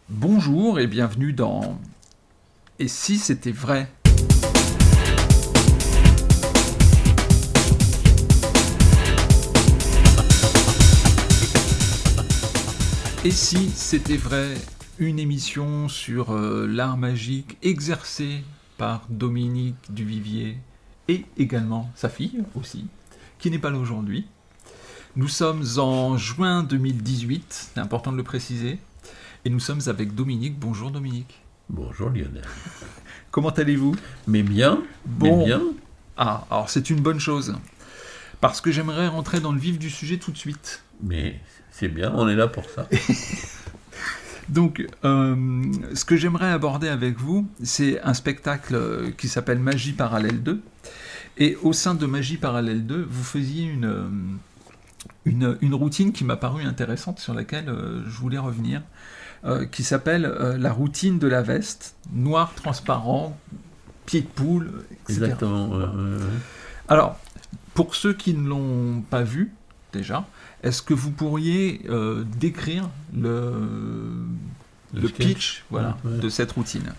Bonjour et bienvenue dans Et si c'était vrai? Et si c'était vrai? Une émission sur l'art magique exercé par Dominique Duvivier et également sa fille aussi, qui n'est pas là aujourd'hui. Nous sommes en juin 2018, c'est important de le préciser, et nous sommes avec Dominique. Bonjour Dominique. Bonjour Lionel. Comment allez-vous? Mais bien, Bon. mais bien. Ah, alors c'est une bonne chose. Parce que j'aimerais rentrer dans le vif du sujet tout de suite. Mais c'est bien, on est là pour ça. Donc, ce que j'aimerais aborder avec vous, c'est un spectacle qui s'appelle Magie Parallèle 2. Et au sein de Magie Parallèle 2, vous faisiez une routine qui m'a paru intéressante, sur laquelle je voulais revenir, qui s'appelle la routine de la veste, noir transparent, pied de poule, etc. Exactement. Alors, pour ceux qui ne l'ont pas vu, déjà, est-ce que vous pourriez décrire le pitch de cette routine?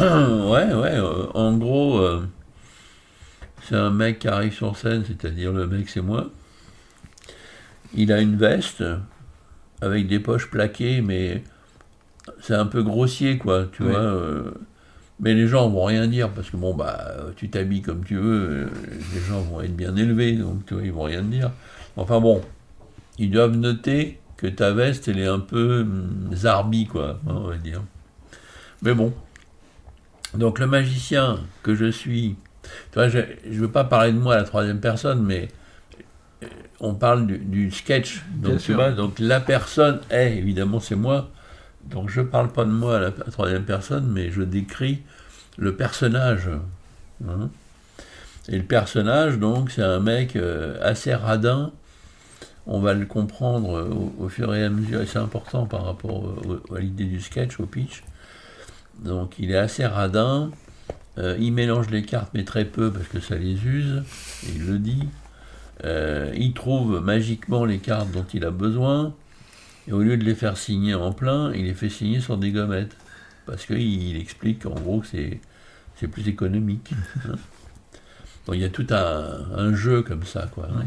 En gros, c'est un mec qui arrive sur scène, c'est-à-dire le mec c'est moi. Il a une veste avec des poches plaquées, mais c'est un peu grossier, quoi, tu vois. Mais les gens vont rien dire, parce que bon, tu t'habilles comme tu veux, les gens vont être bien élevés, donc tu vois, ils vont rien te dire. Enfin bon, ils doivent noter que ta veste, elle est un peu zarbi, quoi, on va dire. Mais bon. Donc le magicien que je suis, tu vois, je ne veux pas parler de moi à la troisième personne, mais on parle du sketch. Donc tu vois, donc la personne est, évidemment, c'est moi. Donc je ne parle pas de moi à la troisième personne, mais je décris le personnage. Hein. Et le personnage, donc, c'est un mec assez radin. On va le comprendre au fur et à mesure, et c'est important par rapport à l'idée du sketch, au pitch. Donc il est assez radin. Il mélange les cartes, mais très peu, parce que ça les use, et il le dit. Il trouve magiquement les cartes dont il a besoin. Et au lieu de les faire signer en plein, il les fait signer sur des gommettes. Parce qu'il explique en gros que c'est plus économique. Hein. Donc il y a tout un jeu comme ça, quoi, hein,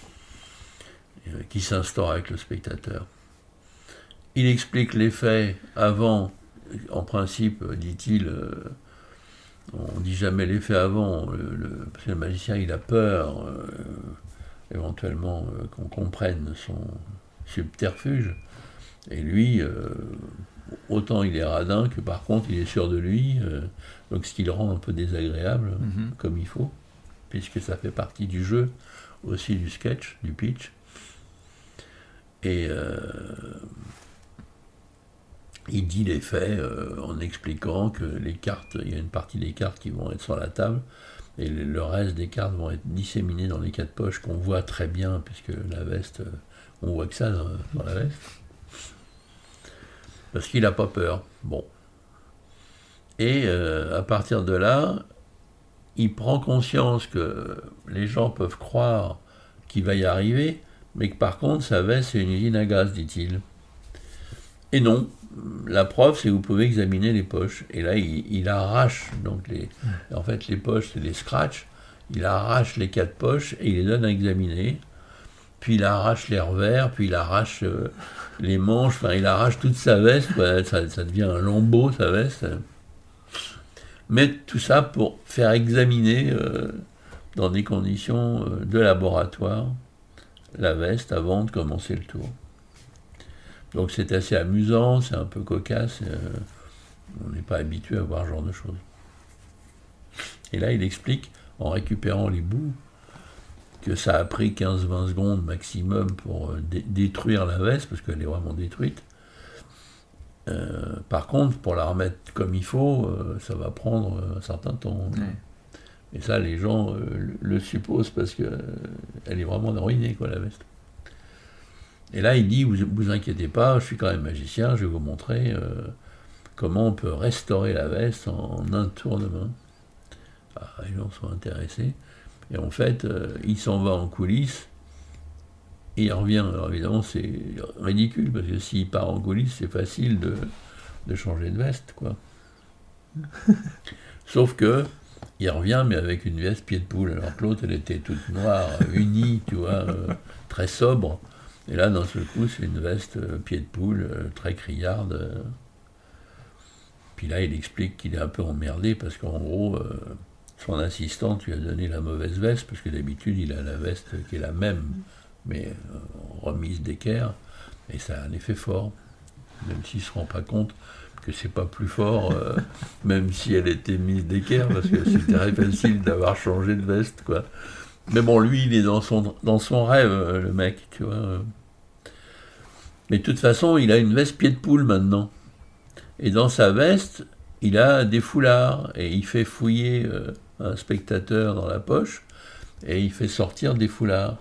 qui s'instaure avec le spectateur. Il explique les faits avant, en principe, dit-il, on ne dit jamais les faits avant, parce que le magicien il a peur, éventuellement, qu'on comprenne son subterfuge. Et lui, autant il est radin que par contre il est sûr de lui, donc ce qui le rend un peu désagréable, comme il faut, puisque ça fait partie du jeu, aussi du sketch, du pitch. Et il dit les faits en expliquant que les cartes, il y a une partie des cartes qui vont être sur la table, et le reste des cartes vont être disséminées dans les 4 poches qu'on voit très bien, puisque la veste, on voit que ça dans la veste. Parce qu'il n'a pas peur. Bon. Et à partir de là, il prend conscience que les gens peuvent croire qu'il va y arriver, mais que par contre, sa veste, c'est une usine à gaz, dit-il. Et non. La preuve, c'est que vous pouvez examiner les poches. Et là, il arrache, donc en fait, les poches, c'est des scratchs. Il arrache les 4 poches et il les donne à examiner. Puis il arrache les revers, puis il arrache les manches, enfin il arrache toute sa veste, quoi. Ça devient un lambeau, sa veste. Mais tout ça pour faire examiner dans des conditions de laboratoire la veste avant de commencer le tour. Donc c'est assez amusant, c'est un peu cocasse, on n'est pas habitué à voir ce genre de choses. Et là il explique, en récupérant les bouts, que ça a pris 15-20 secondes maximum pour détruire la veste, parce qu'elle est vraiment détruite. Par contre, pour la remettre comme il faut, ça va prendre un certain temps. Et ça, les gens le supposent, parce qu'elle est vraiment ruinée, quoi, la veste. Et là, il dit, vous inquiétez pas, je suis quand même magicien, je vais vous montrer comment on peut restaurer la veste en un tour de main. Les gens sont intéressés. Et en fait, il s'en va en coulisses, et il revient. Alors évidemment, c'est ridicule, parce que s'il part en coulisses, c'est facile de changer de veste, quoi. Sauf que il revient, mais avec une veste pied de poule, alors que l'autre, elle était toute noire, unie, tu vois, très sobre. Et là, d'un seul coup, c'est une veste pied de poule, très criarde. Puis là, il explique qu'il est un peu emmerdé, parce qu'en gros, son assistante lui a donné la mauvaise veste, parce que d'habitude, il a la veste qui est la même, mais remise d'équerre, et ça a un effet fort, même s'il ne se rend pas compte que c'est pas plus fort, même si elle était mise d'équerre, parce que c'est très facile d'avoir changé de veste, quoi. Mais bon, lui, il est dans son rêve, le mec, tu vois. Mais de toute façon, il a une veste pied de poule maintenant. Et dans sa veste, il a des foulards, et il fait fouiller un spectateur dans la poche, et il fait sortir des foulards.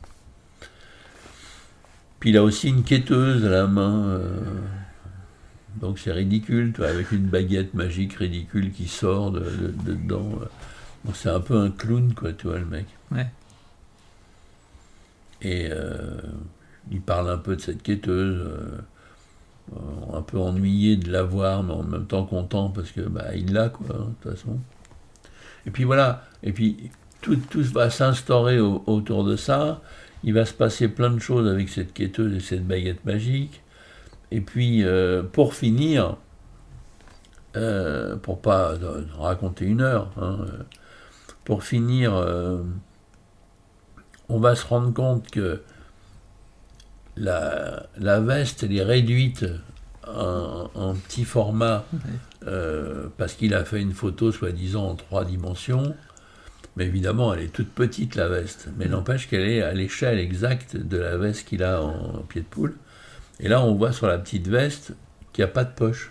Puis il a aussi une quêteuse à la main, donc c'est ridicule, tu vois, avec une baguette magique ridicule qui sort de dedans. Donc c'est un peu un clown, quoi, tu vois, le mec. Ouais. Et il parle un peu de cette quêteuse, un peu ennuyé de la voir, mais en même temps content parce que il l'a, quoi, de toute façon. Et puis voilà, et puis tout va s'instaurer autour de ça. Il va se passer plein de choses avec cette quêteuse et cette baguette magique. Et puis, pour finir, pour pas raconter une heure, pour finir, on va se rendre compte que la veste, elle est réduite en petit format, parce qu'il a fait une photo, soi-disant, en 3 dimensions. Mais évidemment, elle est toute petite, la veste. Mais n'empêche qu'elle est à l'échelle exacte de la veste qu'il a en pied de poule. Et là, on voit sur la petite veste qu'il n'y a pas de poche.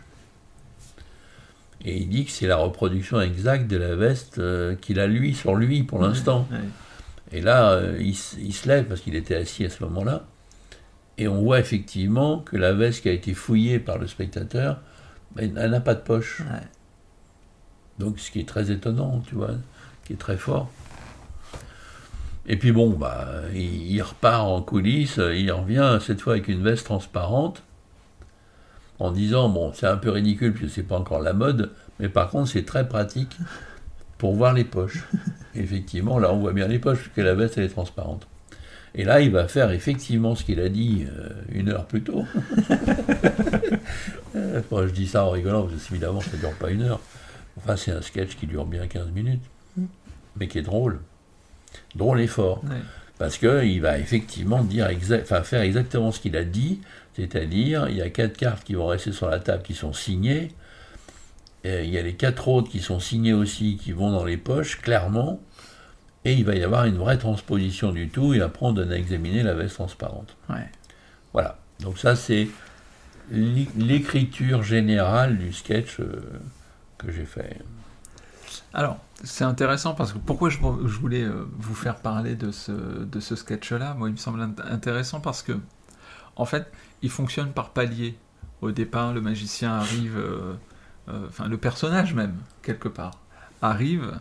Et il dit que c'est la reproduction exacte de la veste qu'il a lui sur lui pour l'instant. Et là, il se lève parce qu'il était assis à ce moment-là. Et on voit effectivement que la veste qui a été fouillée par le spectateur, elle n'a pas de poche. Donc, ce qui est très étonnant, tu vois, qui est très fort. Et puis bon, il repart en coulisses, il revient cette fois avec une veste transparente, en disant, bon, c'est un peu ridicule, parce que c'est pas encore la mode, mais par contre, c'est très pratique pour voir les poches. Et effectivement, là, on voit bien les poches, puisque la veste, elle est transparente. Et là, il va faire effectivement ce qu'il a dit 1 heure plus tôt. Enfin, je dis ça en rigolant, parce que évidemment, ça ne dure pas 1 heure. Enfin, c'est un sketch qui dure bien 15 minutes, mais qui est drôle. Drôle et fort. Parce qu'il va effectivement faire exactement ce qu'il a dit, c'est-à-dire, il y a 4 cartes qui vont rester sur la table qui sont signées, et il y a les 4 autres qui sont signées aussi, qui vont dans les poches, clairement, et il va y avoir une vraie transposition du tout, et après on donne à examiner la veste transparente. Voilà. Donc ça, c'est l'écriture générale du sketch que j'ai fait. Alors, c'est intéressant parce que pourquoi je voulais vous faire parler de ce sketch-là, moi il me semble intéressant parce que, en fait, il fonctionne par palier. Au départ, le magicien arrive, le personnage même, quelque part, arrive,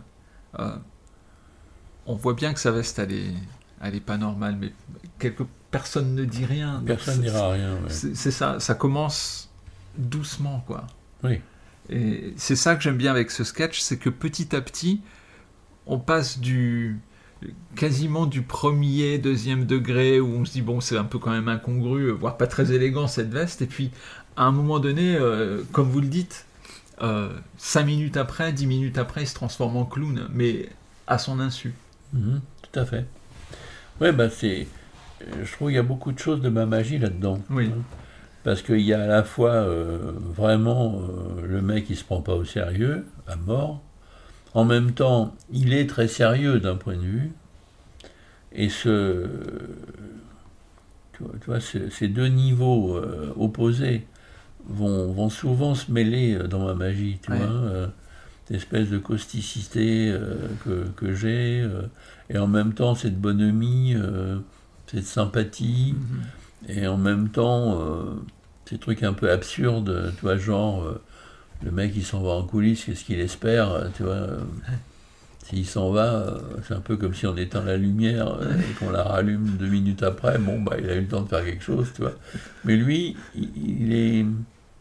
on voit bien que sa veste, elle est pas normale, mais personne ne dit rien. Personne ne dira rien. Ouais. C'est ça commence doucement, quoi. Oui. Et c'est ça que j'aime bien avec ce sketch, c'est que petit à petit, on passe quasiment du premier, deuxième degré, où on se dit, bon, c'est un peu quand même incongru, voire pas très élégant cette veste, et puis à un moment donné, comme vous le dites, 5 minutes après, 10 minutes après, il se transforme en clown, mais à son insu. Tout à fait. Oui, je trouve qu'il y a beaucoup de choses de ma magie là-dedans. Oui. Parce qu'il y a à la fois vraiment le mec qui se prend pas au sérieux, à mort. En même temps, il est très sérieux d'un point de vue. Et tu vois, ces 2 niveaux opposés vont souvent se mêler dans ma magie, tu vois. Cette espèce de causticité que j'ai, et en même temps cette bonhomie, cette sympathie, et en même temps ces trucs un peu absurdes, tu vois, genre le mec il s'en va en coulisses, qu'est-ce qu'il espère, tu vois, s'il s'en va, c'est un peu comme si on éteint la lumière et qu'on la rallume 2 minutes après, il a eu le temps de faire quelque chose, tu vois. Mais lui, il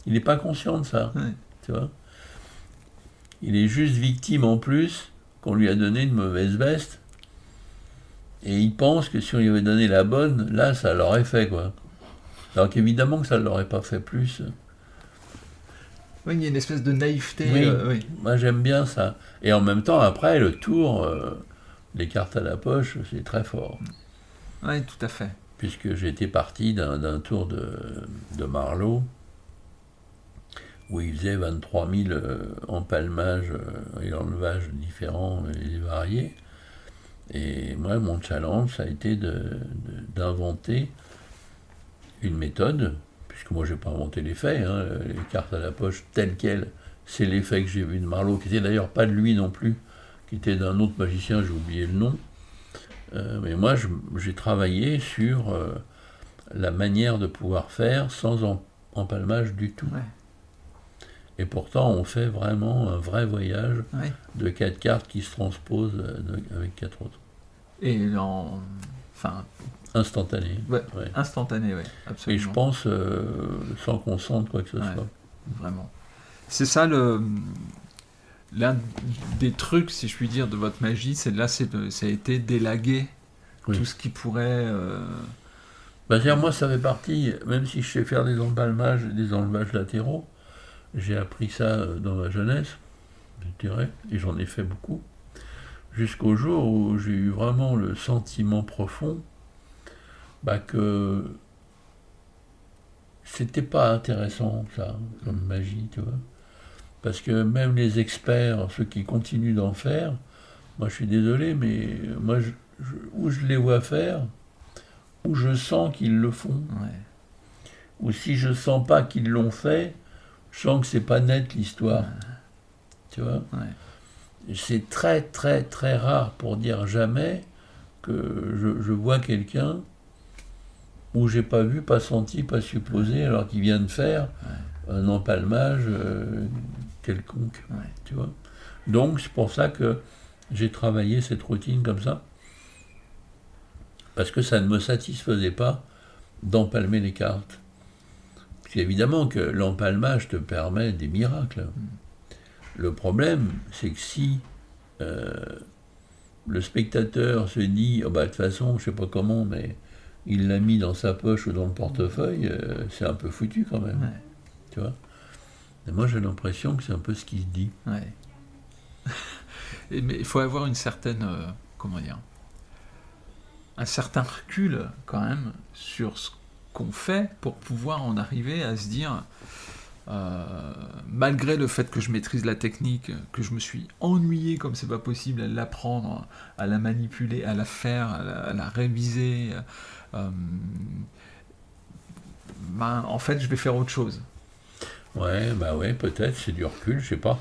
Il n'est pas conscient de ça, Ouais. tu vois. Il est juste victime en plus qu'on lui a donné une mauvaise veste. Et il pense que si on lui avait donné la bonne, là, ça l'aurait fait, quoi. Alors qu'évidemment que ça ne l'aurait pas fait plus. Oui, il y a une espèce de naïveté. Oui, Oui. moi j'aime bien ça. Et en même temps, après, le tour, les cartes à la poche, c'est très fort. Oui, tout à fait. Puisque j'étais parti d'un tour de Marlowe, où il faisait 23 000 empalmages et enlevages différents et variés. Et moi, mon challenge, ça a été d'inventer une méthode, puisque moi, je n'ai pas inventé les faits, hein, les cartes à la poche telles quelles, c'est l'effet que j'ai vu de Marlowe, qui n'était d'ailleurs pas de lui non plus, qui était d'un autre magicien, j'ai oublié le nom. Mais moi, j'ai travaillé sur la manière de pouvoir faire sans empalmage du tout. Ouais. Et pourtant, on fait vraiment un vrai voyage Ouais. de 4 cartes qui se transposent avec 4 autres. Et enfin, Instantané. ouais, Ouais. instantané, oui, Et absolument. je pense sans qu'on sente quoi que ce Ouais. soit. Vraiment. C'est ça l'un des trucs, si je puis dire, de votre magie, ça a été d'élaguer Oui. tout ce qui pourrait. C'est-à-dire, moi, ça fait partie, même si je sais faire des empalmages et des enlevages latéraux, j'ai appris ça dans ma jeunesse, je dirais, et j'en ai fait beaucoup, jusqu'au jour où j'ai eu vraiment le sentiment profond que c'était pas intéressant, ça, comme magie, tu vois. Parce que même les experts, ceux qui continuent d'en faire, moi je suis désolé, mais moi, où je les vois faire, où je sens qu'ils le font, Ouais. ou si je sens pas qu'ils l'ont fait, je sens que c'est pas net l'histoire. Tu vois. Ouais. C'est très très très rare pour dire jamais que je vois quelqu'un où j'ai pas vu, pas senti, pas supposé, alors qu'il vient de faire un empalmage quelconque. Ouais. Tu vois. Donc c'est pour ça que j'ai travaillé cette routine comme ça, parce que ça ne me satisfaisait pas d'empalmer les cartes. Parce qu'évidemment que l'empalmage te permet des miracles. Le problème, c'est que si le spectateur se dit, de toute façon, je sais pas comment, mais il l'a mis dans sa poche ou dans le portefeuille, c'est un peu foutu quand même. Ouais. Tu vois. Et moi, j'ai l'impression que c'est un peu ce qui se dit. Ouais. Mais il faut avoir une certaine, comment dire, un certain recul quand même sur ce qu'on fait pour pouvoir en arriver à se dire, malgré le fait que je maîtrise la technique, que je me suis ennuyé comme c'est pas possible à l'apprendre, à la manipuler, à la faire, à la réviser, en fait je vais faire autre chose. Ouais, peut-être, c'est du recul, je sais pas.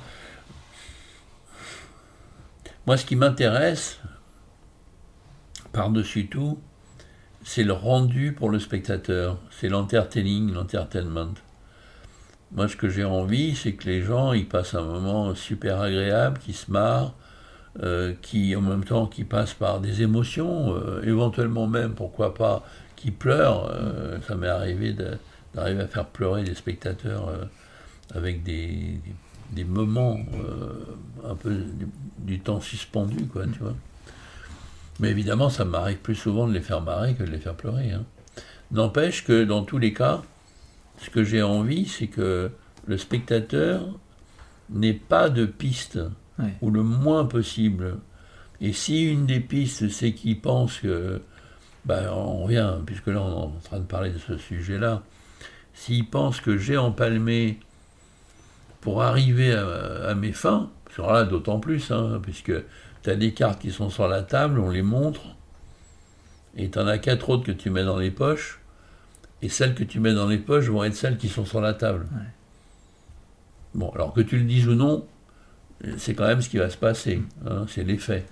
Moi, ce qui m'intéresse, par-dessus tout, c'est le rendu pour le spectateur. C'est l'entertainment. Moi, ce que j'ai envie, c'est que les gens, ils passent un moment super agréable, qu'ils se marrent, qui, en même temps, qui passent par des émotions, éventuellement même, pourquoi pas, qui pleurent. Ça m'est arrivé d'arriver à faire pleurer des spectateurs avec des moments un peu du temps suspendu, quoi, tu vois. Mais évidemment, ça m'arrive plus souvent de les faire marrer que de les faire pleurer. Hein. N'empêche que, dans tous les cas, ce que j'ai envie, c'est que le spectateur n'ait pas de piste, ou le moins possible. Et si une des pistes, c'est qu'il pense que, on revient, puisque là on est en train de parler de ce sujet-là, s'il pense que j'ai empalmé pour arriver à mes fins, alors là d'autant plus, hein, puisque tu as des cartes qui sont sur la table, on les montre, et tu en as 4 autres que tu mets dans les poches, et celles que tu mets dans les poches vont être celles qui sont sur la table. Ouais. Bon, alors que tu le dises ou non, c'est quand même ce qui va se passer, hein, c'est l'effet.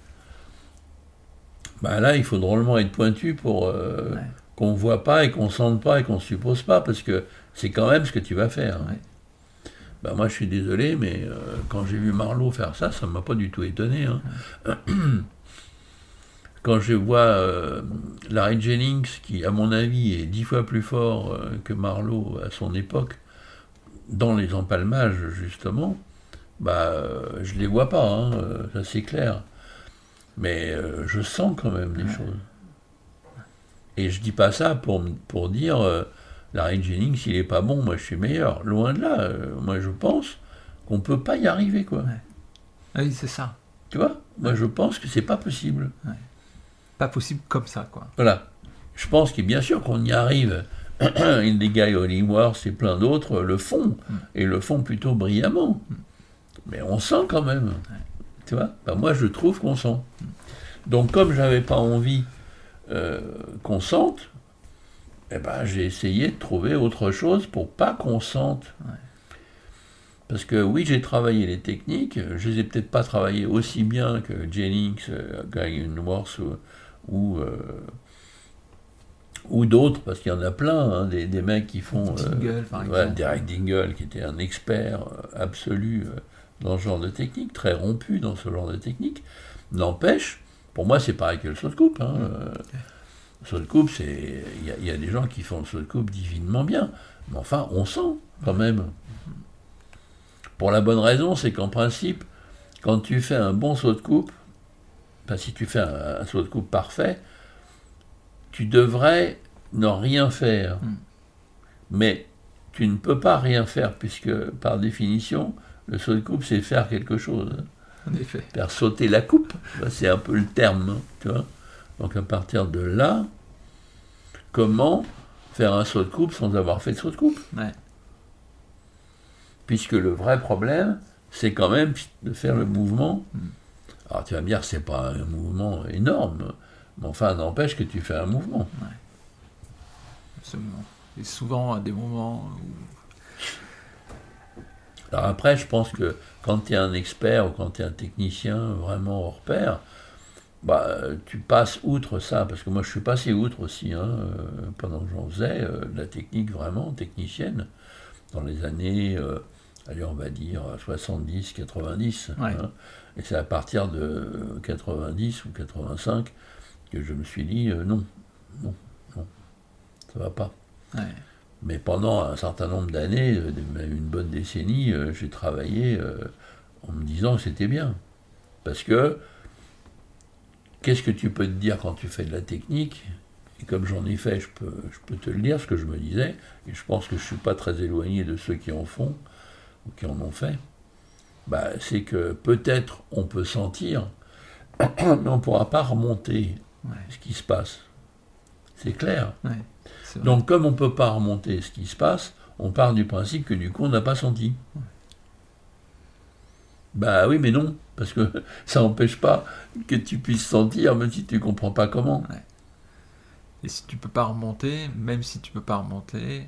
Là, il faut drôlement être pointu pour qu'on ne voit pas et qu'on ne sente pas et qu'on ne suppose pas, parce que c'est quand même ce que tu vas faire. Ouais. Moi, je suis désolé, mais quand j'ai vu Marlowe faire ça, ça ne m'a pas du tout étonné. Hein. Ouais. Quand je vois Larry Jennings, qui, à mon avis, est 10 fois plus fort que Marlowe à son époque, dans les empalmages, justement, je les vois pas, hein, ça c'est clair. Mais je sens quand même les choses. Et je dis pas ça pour dire Larry Jennings, s'il est pas bon, moi je suis meilleur. Loin de là, moi je pense qu'on peut pas y arriver, quoi. Ouais. Oui, c'est ça. Tu vois, moi je pense que c'est pas possible. Ouais. Pas possible comme ça, quoi. Voilà. Je pense que bien sûr qu'on y arrive. Les gars Hollingworth et plein d'autres le font, et le font plutôt brillamment. Mais on sent quand même. Ouais. Tu vois, moi je trouve qu'on sent. Donc comme j'avais pas envie qu'on sente, j'ai essayé de trouver autre chose pour pas qu'on sente. Ouais. Parce que oui, j'ai travaillé les techniques, je les ai peut-être pas travaillées aussi bien que Jennings, Guy Hollingworth ou d'autres, parce qu'il y en a plein, hein, des mecs qui font... Dingle, par exemple. Derek Dingle, qui était un expert absolu dans ce genre de technique, très rompu dans ce genre de technique. N'empêche, pour moi, c'est pareil que le saut de coupe. Hein. Le saut de coupe, il y a des gens qui font le saut de coupe divinement bien. Mais enfin, on sent, quand même. Pour la bonne raison, c'est qu'en principe, quand tu fais un bon saut de coupe, si tu fais un saut de coupe parfait, tu devrais ne rien faire. Mais tu ne peux pas rien faire, puisque, par définition, le saut de coupe, c'est faire quelque chose. En effet. Faire sauter la coupe, c'est un peu le terme. Hein, tu vois. Donc à partir de là, comment faire un saut de coupe sans avoir fait de saut de coupe? Ouais. Puisque le vrai problème, c'est quand même de faire le mouvement. Alors tu vas me dire, c'est pas un mouvement énorme, mais enfin, n'empêche que tu fais un mouvement. Ouais. Absolument. Et souvent, à des moments où... Alors après, je pense que quand tu es un expert ou quand tu es un technicien vraiment hors pair, tu passes outre ça, parce que moi je suis passé outre aussi, hein, pendant que j'en faisais, de la technique vraiment technicienne, dans les années, on va dire 70, 90. Ouais. Hein, et c'est à partir de 90 ou 85 que je me suis dit non, ça va pas. Ouais. Mais pendant un certain nombre d'années, une bonne décennie, j'ai travaillé en me disant que c'était bien. Parce que, qu'est-ce que tu peux te dire quand tu fais de la technique? Et comme j'en ai fait, je peux te le dire, ce que je me disais, et je pense que je ne suis pas très éloigné de ceux qui en font, ou qui en ont fait, c'est que peut-être on peut sentir, mais on ne pourra pas remonter ce qui se passe. C'est clair. Ouais. Donc, comme on ne peut pas remonter ce qui se passe, on part du principe que du coup, on n'a pas senti. Oui, mais non, parce que ça n'empêche pas que tu puisses sentir, même si tu ne comprends pas comment. Ouais. Et si tu peux pas remonter, même si tu peux pas remonter,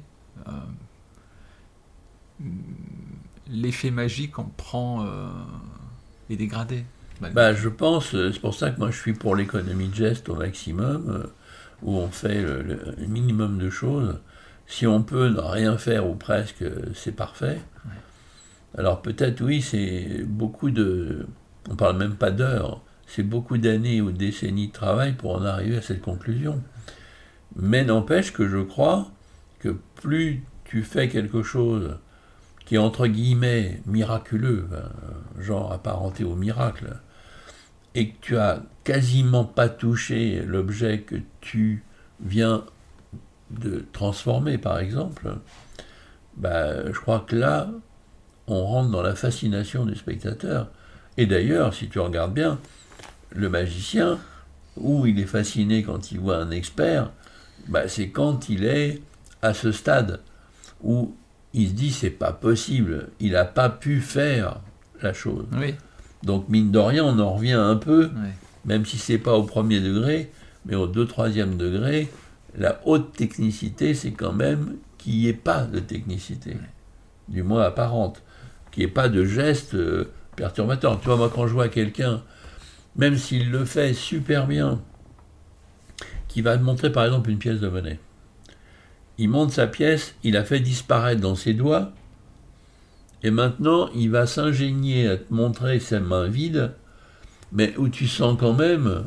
l'effet magique en prend est dégradé. Je pense, c'est pour ça que moi je suis pour l'économie de geste au maximum, où on fait le minimum de choses. Si on peut ne rien faire ou presque, c'est parfait. Ouais. Alors peut-être, oui, c'est beaucoup de... On parle même pas d'heures, c'est beaucoup d'années ou décennies de travail pour en arriver à cette conclusion. Mais n'empêche que je crois que plus tu fais quelque chose qui est entre guillemets miraculeux, genre apparenté au miracle, et que tu as quasiment pas touché l'objet que tu viens de transformer, par exemple, je crois que là, on rentre dans la fascination du spectateur. Et d'ailleurs, si tu regardes bien, le magicien, où il est fasciné quand il voit un expert, c'est quand il est à ce stade où il se dit c'est pas possible, il n'a pas pu faire la chose. Oui. Donc mine de rien, on en revient un peu, Oui. même si c'est pas au premier degré, mais au 2-3e degré, la haute technicité, c'est quand même qu'il n'y ait pas de technicité, du moins apparente, qu'il n'y ait pas de geste perturbateur. Tu vois, moi quand je vois quelqu'un, même s'il le fait super bien, qui va te montrer par exemple une pièce de monnaie, il monte sa pièce, il a fait disparaître dans ses doigts, et maintenant il va s'ingénier à te montrer sa main vide, mais où tu sens quand même,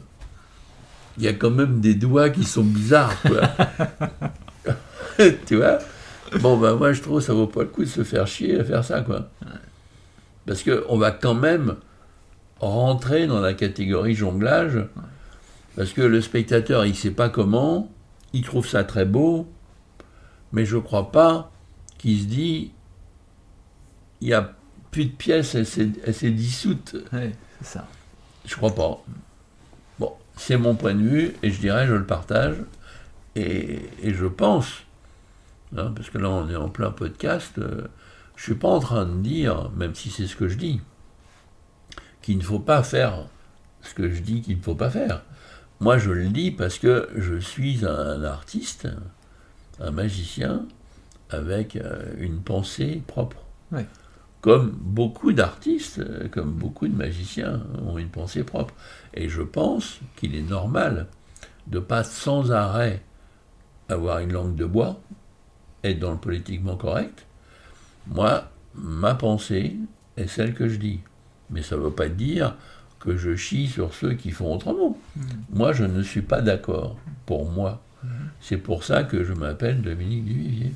il y a quand même des doigts qui sont bizarres, quoi. Tu vois? Bon, ben moi, je trouve que ça vaut pas le coup de se faire chier à faire ça, quoi. Parce qu'on va quand même rentrer dans la catégorie jonglage, parce que le spectateur, il sait pas comment, il trouve ça très beau, mais je crois pas qu'il se dit, il y a plus de pièces, elle s'est dissoute. Ouais, c'est ça. Je crois pas. Bon, c'est mon point de vue, et je dirais, je le partage, et je pense, hein, parce que là on est en plein podcast, je suis pas en train de dire, même si c'est ce que je dis, qu'il ne faut pas faire ce que je dis qu'il ne faut pas faire. Moi je le dis parce que je suis un artiste, un magicien, avec une pensée propre. Ouais. Comme beaucoup d'artistes, comme beaucoup de magiciens ont une pensée propre. Et je pense qu'il est normal de pas sans arrêt avoir une langue de bois, être dans le politiquement correct. Moi, ma pensée est celle que je dis. Mais ça ne veut pas dire que je chie sur ceux qui font autrement. Moi, je ne suis pas d'accord. Pour moi. C'est pour ça que je m'appelle Dominique Duvivier.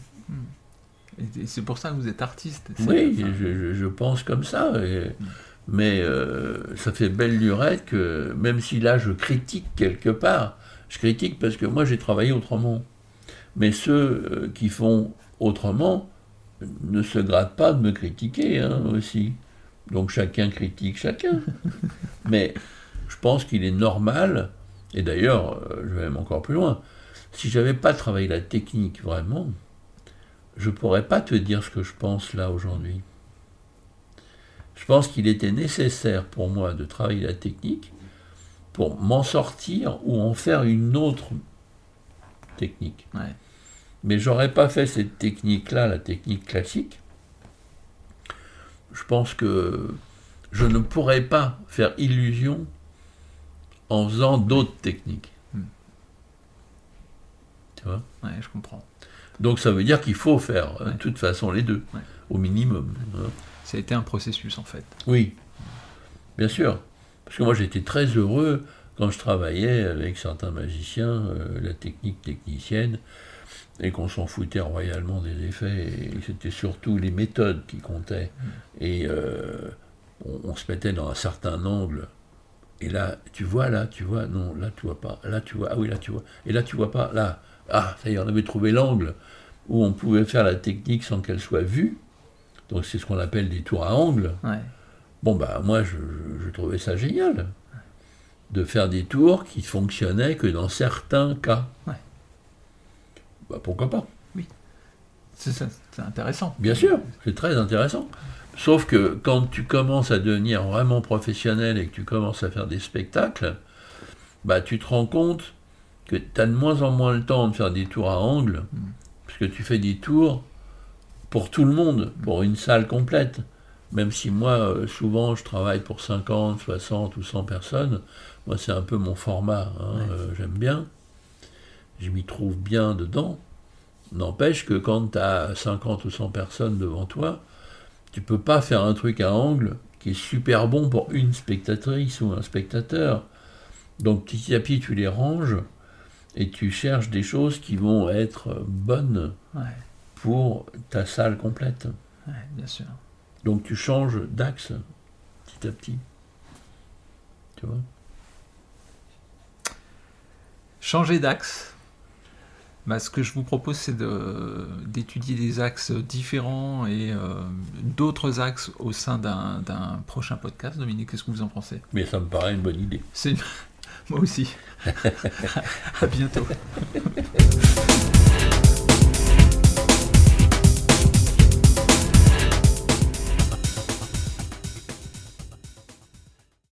Et c'est pour ça que vous êtes artiste. Oui, je pense comme ça. Mais ça fait belle lurette que, même si là je critique quelque part, je critique parce que moi j'ai travaillé autrement. Mais ceux qui font autrement ne se grattent pas de me critiquer aussi. Donc chacun critique chacun. Mais je pense qu'il est normal, et d'ailleurs, je vais même encore plus loin, si j'avais pas travaillé la technique vraiment, je pourrais pas te dire ce que je pense là aujourd'hui. Je pense qu'il était nécessaire pour moi de travailler la technique pour m'en sortir ou en faire une autre technique. Ouais. Mais j'aurais pas fait cette technique-là, la technique classique. Je pense que je ne pourrais pas faire illusion en faisant d'autres techniques. Tu vois ? Ouais, je comprends. Donc ça veut dire qu'il faut faire, de toute façon, les deux, au minimum. Ça a été un processus, en fait. Oui, bien sûr. Parce que moi, j'étais très heureux quand je travaillais avec certains magiciens, la technique technicienne, et qu'on s'en foutait royalement des effets, et c'était surtout les méthodes qui comptaient. Et on se mettait dans un certain angle, et là, tu vois, non, là, tu vois pas, là, tu vois, ah oui, là, tu vois, et là, tu vois pas, là, ah, ça y est, on avait trouvé l'angle où on pouvait faire la technique sans qu'elle soit vue, donc c'est ce qu'on appelle des tours à angle. Ouais. Bon, bah, moi, je trouvais ça génial, de faire des tours qui fonctionnaient que dans certains cas. Ouais. Bah, pourquoi pas ? Oui. C'est intéressant. Bien sûr, c'est très intéressant. Sauf que quand tu commences à devenir vraiment professionnel et que tu commences à faire des spectacles, bah, tu te rends compte que tu as de moins en moins le temps de faire des tours à angle, puisque tu fais des tours pour tout le monde, pour une salle complète. Même si moi, souvent, je travaille pour 50, 60 ou 100 personnes, moi, c'est un peu mon format, j'aime bien, je m'y trouve bien dedans. N'empêche que quand tu as 50 ou 100 personnes devant toi, tu peux pas faire un truc à angle qui est super bon pour une spectatrice ou un spectateur. Donc petit à petit, tu les ranges et tu cherches des choses qui vont être bonnes pour ta salle complète. Ouais, bien sûr. Donc tu changes d'axe petit à petit. Tu vois ? Changer d'axe. Bah, ce que je vous propose, c'est d'étudier des axes différents et d'autres axes au sein d'un prochain podcast. Dominique, qu'est-ce que vous en pensez ? Mais ça me paraît une bonne idée. Moi aussi. À bientôt.